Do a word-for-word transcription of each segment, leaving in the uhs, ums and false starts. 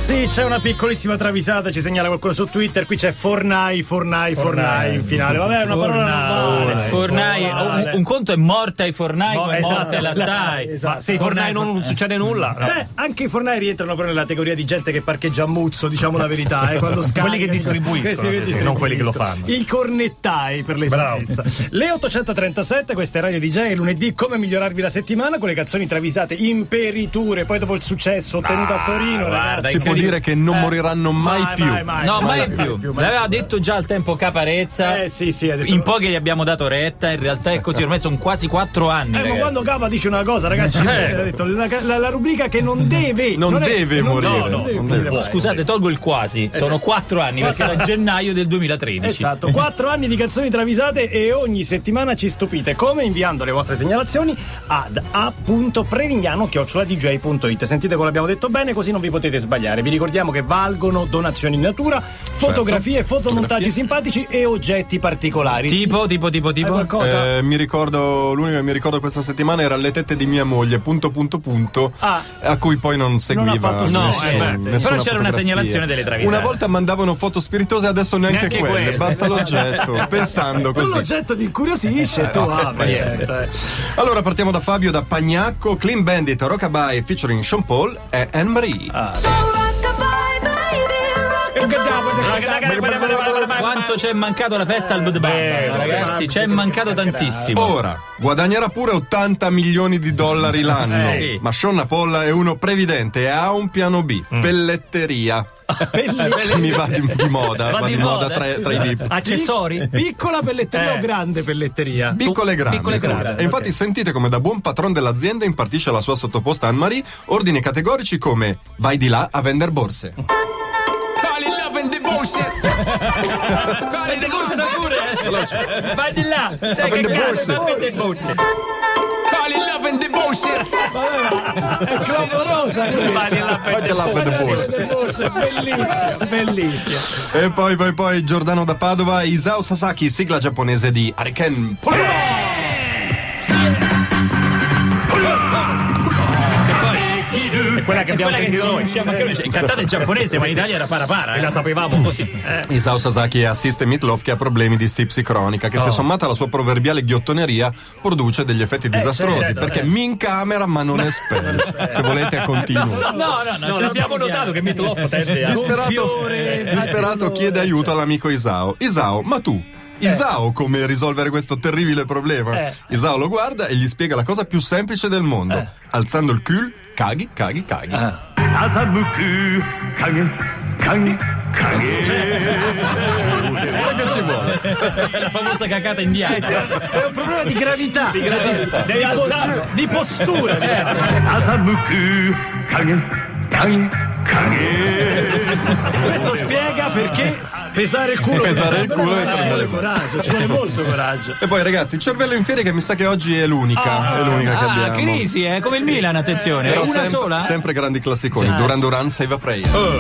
Sì, c'è una piccolissima travisata, ci segnala qualcuno su Twitter. Qui c'è Fornai, Fornai, Fornai in finale. Vabbè, è una parola non vale. Fornai, un, un conto è morta ai Fornai, Mo- come esatto, morta ai lattai. esatto. Ma se i fornai non, non succede nulla. No. Beh, anche i fornai rientrano però nella categoria di gente che parcheggia a muzzo, diciamo la verità, eh, quando scarica. Quelli che distribuiscono, Sì, che distribuiscono. non quelli che lo fanno. I cornettai, per l'esattezza. Le ottocentotrentasette, questa è Radio D J, lunedì come migliorarvi la settimana con le canzoni travisate in periture, poi dopo il successo ottenuto a Torino, guarda, ragazzi. Si può dire che non Eh, moriranno mai, mai, più. mai, mai, No, mai, mai, più. mai più, mai L'aveva più. detto già al tempo Caparezza. Eh sì, sì, ha detto- In pochi gli abbiamo dato retta, in realtà è così, ormai sono quasi quattro anni. Eh, ma ragazzi. quando Capa dice una cosa, ragazzi, Eh. ha detto la, la- la rubrica che non deve Non è- deve non morire, deve- non deve non finire deve. mai. Scusate, tolgo il quasi. Sono quattro anni perché era gennaio del duemilatredici. Esatto, quattro anni di canzoni travisate e ogni settimana ci stupite. Come? Inviando le vostre segnalazioni ad a punto prevignano chiocciola d j punto it. Sentite come l'abbiamo detto bene, così non vi potete sbagliare. Vi ricordiamo che valgono donazioni in natura, fotografie, fotomontaggi Fotografie. simpatici e oggetti particolari. Tipo, tipo, tipo, Hai tipo. qualcosa? Eh, mi ricordo, l'unico che mi ricordo questa settimana era le tette di mia moglie, punto punto punto, Ah. a cui poi non seguiva Non ha fatto nessun- No, nessun- eh, beh, nessuna però c'era una fotografia. segnalazione delle travisate. Una volta mandavano foto spiritose, adesso neanche, Neanche quelle, quelle. basta l'oggetto, pensando Tu così. l'oggetto ti incuriosisce e tu apri, certo. eh. Allora partiamo da Fabio da Pagnacco, Clean Bandit, Rockabye featuring Sean Paul e Anne-Marie. Quanto ci è mancato alla festa al Bud Bamba, ragazzi, ci è mancato tantissimo. Ora, guadagnerà pure ottanta milioni di dollari l'anno, Eh, sì. ma Sean Paul è uno previdente e ha un piano B, pelletteria. Mi va di, di moda, va, Va di, di moda moda, tra, tra i VIP. Accessori? Piccola pelletteria Eh. o grande pelletteria? Piccole e grandi. Piccole e grandi, E infatti sentite come da buon patron dell'azienda impartisce alla sua sottoposta Anne-Marie ordini categorici come vai di là a vender borse. Avete corsa pure, eh? Vai di là, A vender borse. È clamorosa Vai di là, Vai di là a vender borse. questa, bellissima, bellissima. E poi poi poi Giordano da Padova, Isao Sasaki, sigla giapponese di Hurricane. È quella che abbiamo Quella che sentito noi. conosciamo anche noi, cioè, cantata in giapponese, ma in Italia era para para. E la sapevamo così. Isao Sasaki assiste Meatloaf che ha problemi di stipsi cronica che se sommata alla sua proverbiale ghiottoneria produce degli effetti disastrosi certo, perché mi incamera ma non espelle. Se volete continuo. No, no, no, No, ce l'abbiamo lo notato che Meatloaf tende a... Disperato, fiore, disperato chiede aiuto all'amico Isao. Isao, ma tu Isao come risolvere questo terribile problema? Eh. Isao lo guarda e gli spiega la cosa più semplice del mondo. Eh. Alzando il cul, caghi, caghi, caghi. Che ci vuole? La famosa cacata indiana. È un problema di gravità, di, gravità. di, po- di postura, diciamo. E questo spiega perché pesare il culo Pesare il culo e ci vuole prendere- coraggio, ci vuole molto coraggio. E poi ragazzi, il cervello in fieri che mi sa che oggi è l'unica, è l'unica che Ah, abbiamo. crisi, eh, come il Milan, attenzione. Però Una sempre, sola? sempre grandi classiconi. Sì. Duran Duran, Save a Prayer.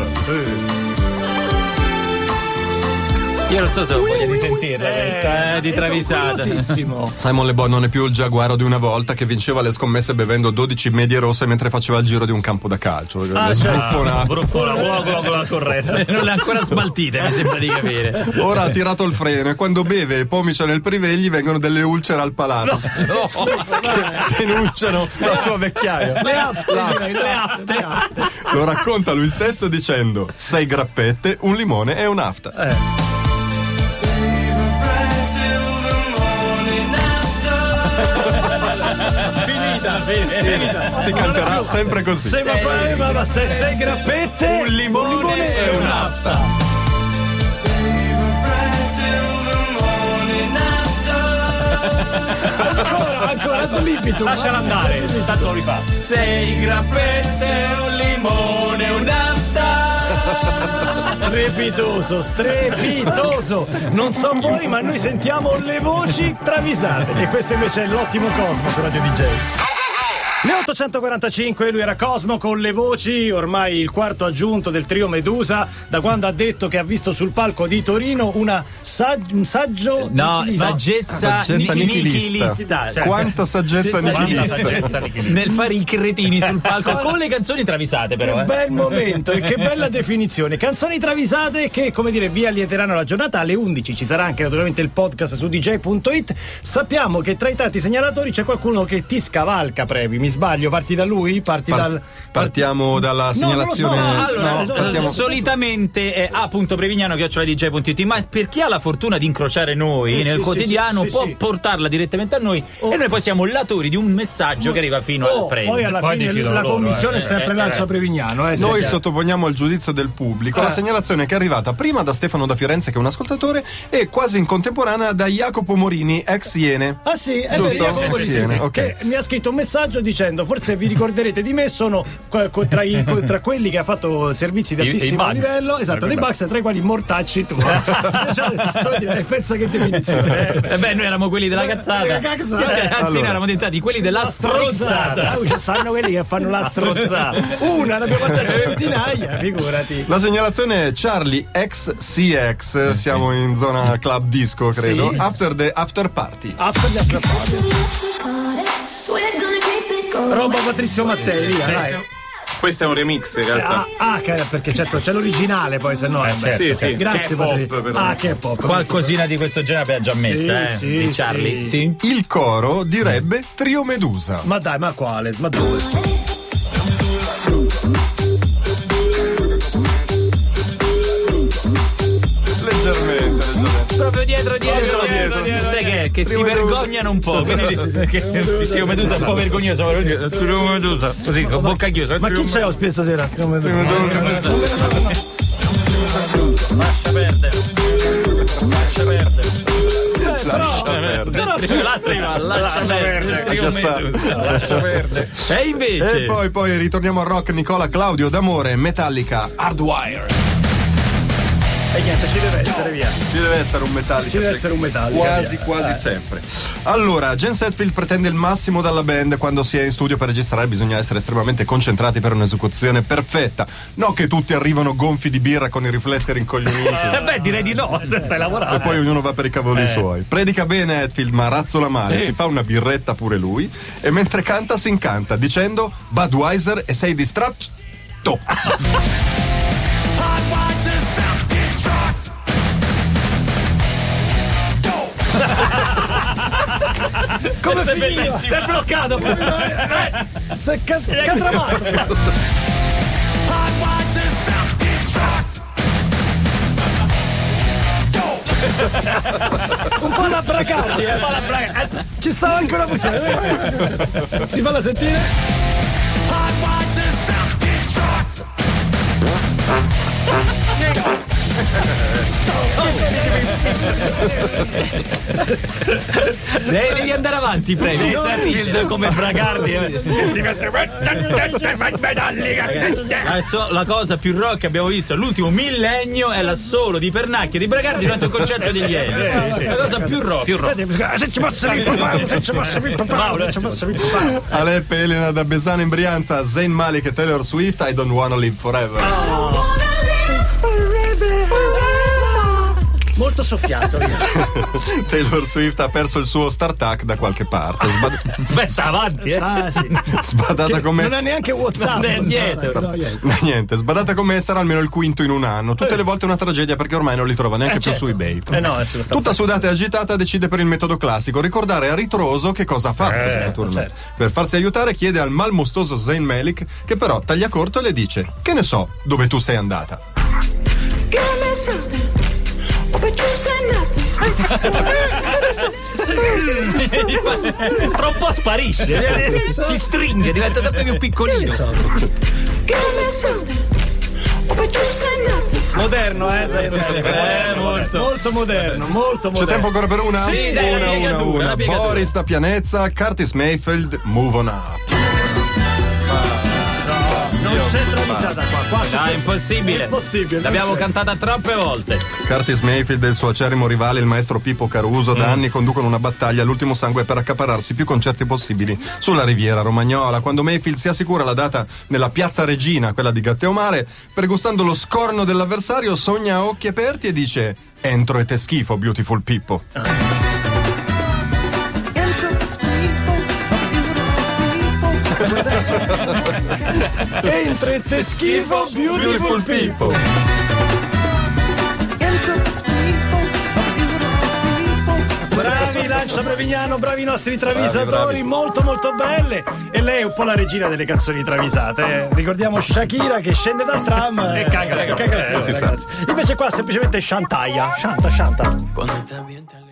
Io non so se ho voglia di sentirla questa, eh, di travisata. Curiosissimo. Simon Le Bon non è più il giaguaro di una volta che vinceva le scommesse bevendo dodici medie rosse mentre faceva il giro di un campo da calcio. Ah, Le certo. sbruffonate. Bruffona, buono con la corretta. Non le ha ancora smaltite, mi sembra di capire. Ora ha tirato il freno e quando beve e pomicia nel privé gli vengono delle ulcere al palato. Che denunciano la sua vecchiaia. Le afte, direi, le afte, le afte. Lo racconta lui stesso dicendo: sei grappette, un limone e un'afta. Finita, finita. Si canterà sempre così. Sei, ma, ma, ma se sei grappette, Un limone e un'afta. Ancora, ancora, dell'ibito. Lasciala andare, tanto lo rifà. Sei grappette, un limone, un'afta. Strepitoso, strepitoso. Non so voi, ma noi sentiamo le voci travisate. E questo invece è l'ottimo Cosmo su Radio D J. Le ottocentoquarantacinque, lui era Cosmo con le voci, ormai il quarto aggiunto del trio Medusa, da quando ha detto che ha visto sul palco di Torino una sag- un saggio No, no, saggezza, saggezza ni- nichilista. nichilista. Cioè, Quanta saggezza Saggezza nichilista. saggezza nichilista. nel fare i cretini sul palco con le canzoni travisate, però. Che eh. bel momento e che bella definizione. Canzoni travisate che, come dire, vi allieteranno la giornata. Alle undici ci sarà anche naturalmente il podcast su d j punto it. Sappiamo che tra i tanti segnalatori c'è qualcuno che ti scavalca, Previ. Mi sbaglio? Parti da lui? Parti Par- dal. partiamo dalla No, non lo so. segnalazione. No, Allora, no, so- partiamo- solitamente è a.prevignano chiocciola d j punto it, ma per chi ha la fortuna di incrociare noi Eh, nel sì, quotidiano sì, sì, può sì. portarla direttamente a noi Oh. e noi poi siamo latori di un messaggio che arriva fino Oh, al premio. poi alla Poi fine decidono la loro, commissione eh. è sempre Eh, Lancia eh. Prevignano. Eh, Noi sì. sottoponiamo al giudizio del pubblico la Eh. segnalazione che è arrivata prima da Stefano da Firenze, che è un ascoltatore, e quasi in contemporanea da Jacopo Morini, ex Iene. Ah sì, eh Giusto? sì, Jacopo Sì, Morini, sì, sì, ok. che mi ha scritto un messaggio dicendo: forse vi ricorderete di me, sono co- co- tra, i- co- tra quelli che ha fatto servizi di I- i altissimo Bugs. livello, esatto, Eh, dei beh. Bugs, tra i quali Mortacci tu. Cioè, come dire, pensa che definizione. eh. Eh beh, noi eravamo quelli della cazzata. Della cazzata. Sì, anzi, Allora. noi eravamo diventati quelli della strozzata. Ah, ci sanno quelli che fanno la strozzata. Una, ne abbiamo fatta centinaia, figurati. La segnalazione è Charlie X C X, siamo in zona club disco, credo. Sì. After the after party. After the after party. Roba Patrizio Mattei, via, dai. Questo è un remix in realtà. Ah, ah, che- perché certo c'è l'originale, poi se no. eh, beh, sì, sì, Grazie, che è pop, Patrizio. però. Ah, che è pop. Qualcosina di questo genere abbiamo già messa, eh, sì, di Charlie. sì. Sì. Il coro direbbe Trio Medusa. Ma dai, ma quale? Ma dove? Leggermente, leggermente. Proprio dietro, dietro, dietro, dietro. Sai che, che si Trio Medusa. vergognano un po'. Quindi che il Trio Medusa è un po' vergognoso. Trio Medusa, così, con bocca chiusa. Ma chi c'è ospite stasera? Trio Medusa. Lascia perdere. Lascia perdere. Però, però Trio l'altro arriva, lascia perdere. Trio Lascia stare. Medusa, lascia perdere. E invece. E poi, poi ritorniamo al rock. Nicola Claudio D'Amore, Metallica, Hardwire. E niente, ci deve essere, via. Ci deve essere un Metallica. Ci deve sì. essere un Metallica, Quasi, via. quasi Eh. sempre. Allora, James Hetfield pretende il massimo dalla band. Quando si è in studio per registrare bisogna essere estremamente concentrati per un'esecuzione perfetta. No che tutti arrivano gonfi di birra con i riflessi rincoglioniti. Eh beh, direi di no, se stai lavorando. E poi ognuno va per i cavoli Eh. suoi. Predica bene Hetfield, ma razzola male. Si fa una birretta pure lui. E mentre canta si incanta dicendo Budweiser e sei distratto. Come Questo è finiva? bellissimo. Si è bloccato. Si è ca- catramato. Un po' la Bracardi, eh. Ci stava anche una posizione. Rifalla sentire. Eh, devi andare avanti, prego. Sì, Non senti finire. il- come Bracardi eh, che si mette Adesso la cosa più rock che abbiamo visto all'ultimo millennio è l'assolo di Pernacchia di Bracardi durante un concerto degli Emi. La cosa più rock. Più rock. Se ci posso dire papà, se ci posso dire papà, se ci posso dire papà. Aleppe, Elena da Besana in Brianza, Zayn Malik e Taylor Swift, I don't wanna live forever. Molto soffiato. via. Taylor Swift ha perso il suo start-up da qualche parte. Sbad- Beh, sta avanti, eh. Ah, sì. sbadata Che come non ha neanche WhatsApp. Non è niente. No, niente. niente, sbadata come sarà almeno il quinto in un anno. Tutte le volte una tragedia perché ormai non li trova neanche Eh, più certo. su eBay. Eh no, adesso lo sta- Tutta sudata e agitata decide per il metodo classico, ricordare a ritroso che cosa ha fatto. Eh, naturalmente. certo. Per farsi aiutare chiede al malmostoso Zayn Malik, che però taglia corto e le dice: che ne so dove tu sei andata. Troppo sparisce. Si stringe, diventa sempre più piccolino. Moderno, eh, Zayn Malik. Eh, molto. Molto moderno, molto moderno. C'è tempo ancora per una? Sì, dai, la una, una, piegatura, una. la piegatura. Boris da Pianezza, Curtis Mayfield, Move On Up. non c'è travisata qua. qua No, è impossibile. È impossibile. L'abbiamo non c'è. cantata troppe volte. Curtis Mayfield e il suo acerrimo rivale, il maestro Pippo Caruso, da Mm. anni conducono una battaglia all'ultimo sangue per accaparrarsi più concerti possibili sulla riviera romagnola. Quando Mayfield si assicura la data nella Piazza Regina, quella di Gatteomare, pregustando lo scorno dell'avversario, sogna a occhi aperti e dice: entro e te schifo, beautiful Pippo. Entra e te schifo, beautiful people. Bravi Lancia Prevignano, bravi i nostri travisatori, Bravi, bravi. molto molto belle. E lei è un po' la regina delle canzoni travisate. eh. Ricordiamo Shakira che scende dal tram e caga, caga, caga, Eh, si sa. ragazzi. Invece qua semplicemente Shantaia. Shanta, Shanta. Cuando te ambienta el